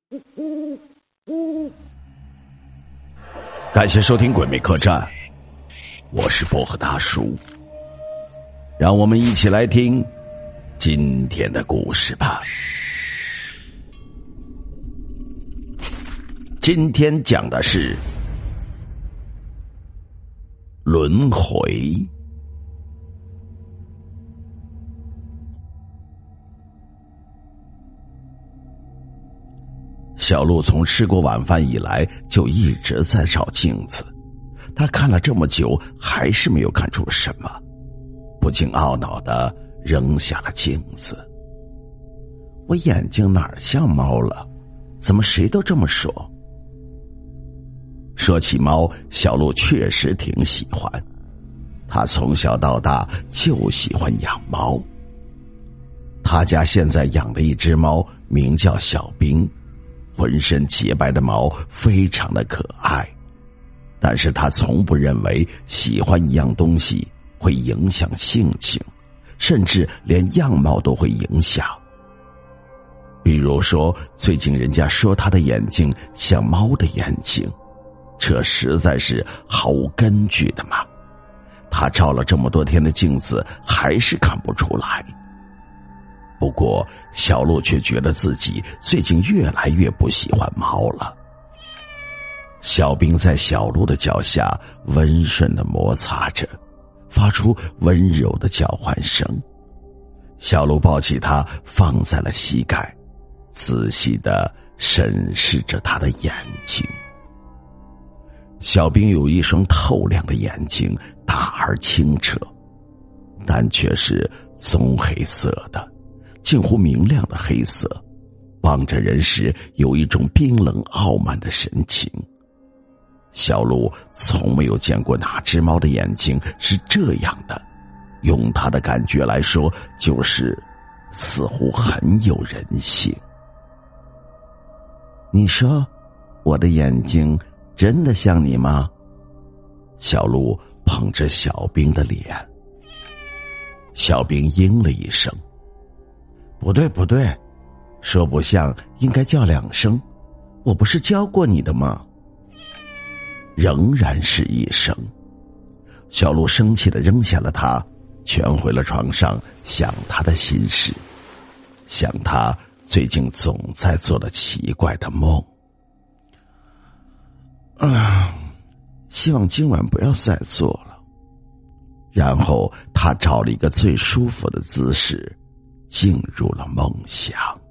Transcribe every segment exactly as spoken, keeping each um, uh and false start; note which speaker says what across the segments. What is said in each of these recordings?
Speaker 1: 感谢收听鬼魅客栈，我是薄荷大叔，让我们一起来听今天的故事吧。今天讲的是轮回。小鹿从吃过晚饭以来就一直在照镜子，他看了这么久还是没有看出什么，不禁懊恼地扔下了镜子。我眼睛哪儿像猫了？怎么谁都这么说？说起猫，小鹿确实挺喜欢，他从小到大就喜欢养猫。他家现在养的一只猫名叫小冰，浑身洁白的毛非常的可爱，但是他从不认为喜欢一样东西会影响性情，甚至连样貌都会影响。比如说最近人家说他的眼睛像猫的眼睛，这实在是毫无根据的嘛。他照了这么多天的镜子还是看不出来。不过小鹿却觉得自己最近越来越不喜欢猫了。小冰在小鹿的脚下温顺地摩擦着，发出温柔的叫唤声。小鹿抱起它放在了膝盖，仔细地审视着它的眼睛。小冰有一双透亮的眼睛，大而清澈，但却是棕黑色的，近乎明亮的黑色，望着人时有一种冰冷傲慢的神情。小鹿从没有见过哪只猫的眼睛是这样的，用它的感觉来说，就是似乎很有人性。你说我的眼睛真的像你吗？小鹿捧着小冰的脸。小冰应了一声，不对不对，说不像应该叫两声，我不是教过你的吗？仍然是一声。小鹿生气地扔下了它，蜷回了床上，想他的心事，想他最近总在做的奇怪的梦。啊，希望今晚不要再做了。然后他找了一个最舒服的姿势进入了梦乡。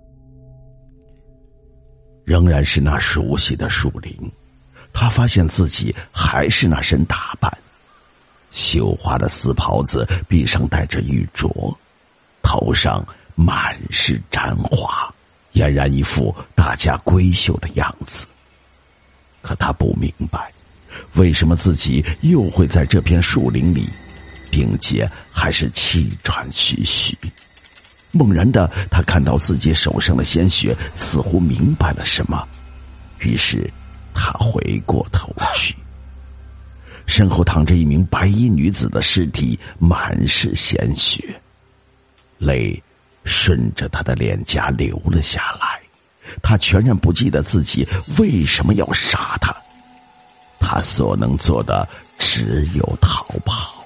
Speaker 1: 仍然是那熟悉的树林，他发现自己还是那身打扮，绣花的丝袍子臂上戴着玉镯，头上满是沾花，俨然一副大家闺秀的样子。可他不明白，为什么自己又会在这片树林里，并且还是气喘吁吁。猛然的，他看到自己手上的鲜血，似乎明白了什么，于是他回过头去，身后躺着一名白衣女子的尸体，满是鲜血，泪顺着她的脸颊流了下来。他全然不记得自己为什么要杀他，他所能做的只有逃跑。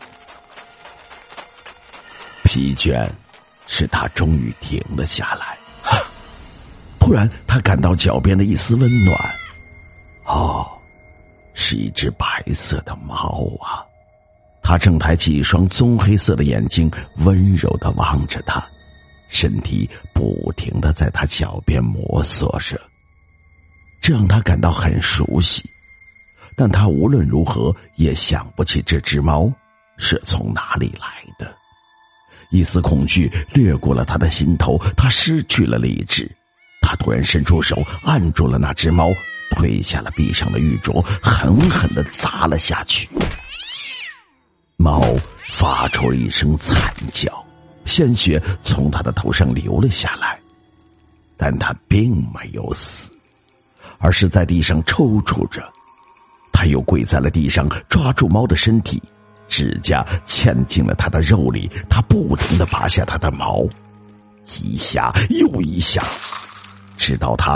Speaker 1: 疲倦使他终于停了下来，突然他感到脚边的一丝温暖，哦，是一只白色的猫啊！他正抬起一双棕黑色的眼睛，温柔地望着他，身体不停地在他脚边摩挲着，这让他感到很熟悉，但他无论如何也想不起这只猫是从哪里来的。一丝恐惧掠过了他的心头，他失去了理智。他突然伸出手按住了那只猫，推下了壁上的玉镯，狠狠地砸了下去。猫发出了一声惨叫，鲜血从他的头上流了下来，但他并没有死，而是在地上抽搐着。他又跪在了地上，抓住猫的身体，指甲嵌进了它的肉里，他不停地拔下它的毛，一下又一下，直到它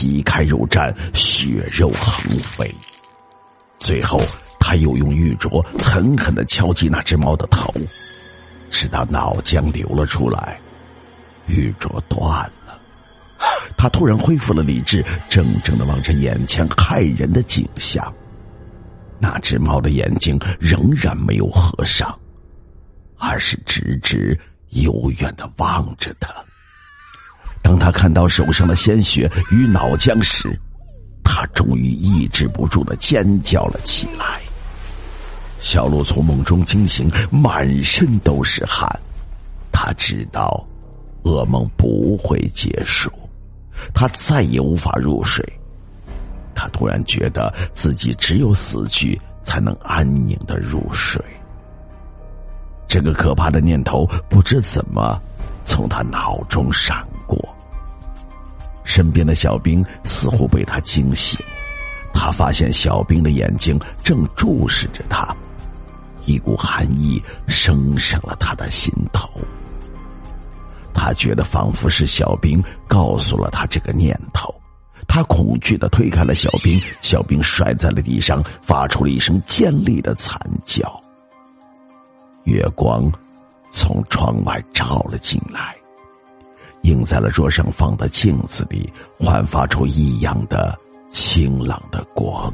Speaker 1: 皮开肉绽，血肉横飞。最后他又用玉镯狠狠地敲击那只猫的头，直到脑浆流了出来，玉镯断了。他突然恢复了理智，怔怔地望着眼前骇人的景象。那只猫的眼睛仍然没有合上，而是直直悠远地望着他。当他看到手上的鲜血与脑浆时，他终于抑制不住地尖叫了起来。小鹿从梦中惊醒，满身都是汗。他知道噩梦不会结束，他再也无法入睡。他突然觉得自己只有死去才能安宁地入睡。这个可怕的念头不知怎么从他脑中闪过。身边的小兵似乎被他惊醒，他发现小兵的眼睛正注视着他，一股寒意升上了他的心头。他觉得仿佛是小兵告诉了他这个念头。他恐惧地推开了小兵，小兵摔在了地上，发出了一声尖利的惨叫。月光从窗外照了进来，映在了桌上放的镜子里，焕发出异样的清朗的光。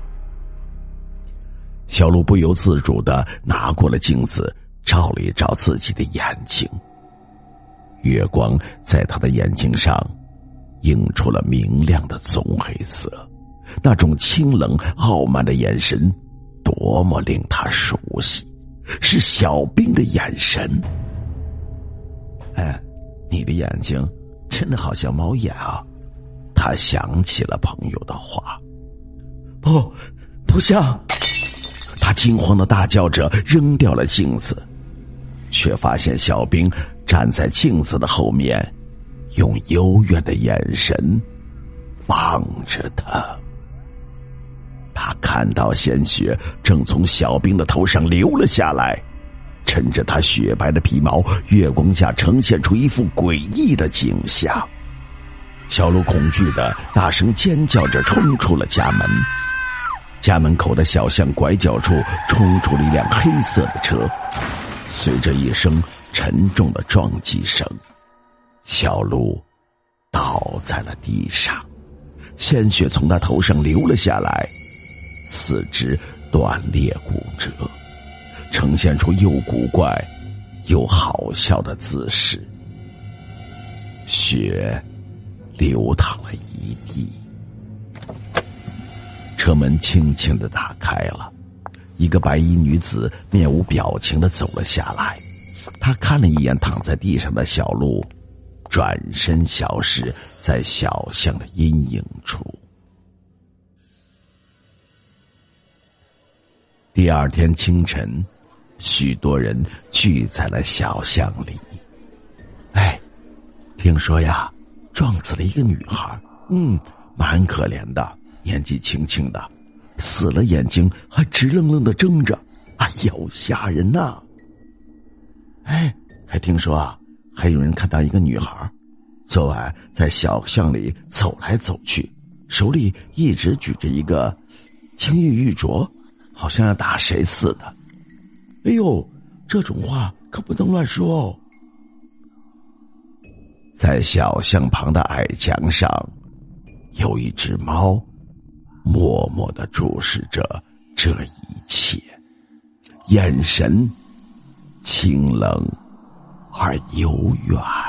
Speaker 1: 小鹿不由自主地拿过了镜子，照了一照自己的眼睛。月光在他的眼睛上映出了明亮的棕黑色，那种清冷傲慢的眼神多么令他熟悉，是小兵的眼神。哎，你的眼睛真的好像猫眼啊。他想起了朋友的话。不，不像。他惊慌的大叫着，扔掉了镜子，却发现小兵站在镜子的后面，用幽怨的眼神望着他。他看到鲜血正从小兵的头上流了下来，趁着他雪白的皮毛，月光下呈现出一副诡异的景象。小鹿恐惧的大声尖叫着冲出了家门。家门口的小巷拐角处冲出了一辆黑色的车，随着一声沉重的撞击声，小鹿倒在了地上，鲜血从他头上流了下来，四肢断裂骨折，呈现出又古怪又好笑的姿势。血流淌了一地。车门轻轻地打开了，一个白衣女子面无表情地走了下来。她看了一眼躺在地上的小鹿，转身消失在小巷的阴影处。第二天清晨，许多人聚在了小巷里。哎，听说呀，撞死了一个女孩，嗯，蛮可怜的，年纪轻轻的，死了眼睛还直愣愣的睁着，哎呦，吓人呐！哎，还听说啊，还有人看到一个女孩，昨晚在小巷里走来走去，手里一直举着一个青玉玉镯，好像要打谁似的。哎呦，这种话可不能乱说哦。在小巷旁的矮墙上，有一只猫默默地注视着这一切，眼神清冷而悠远。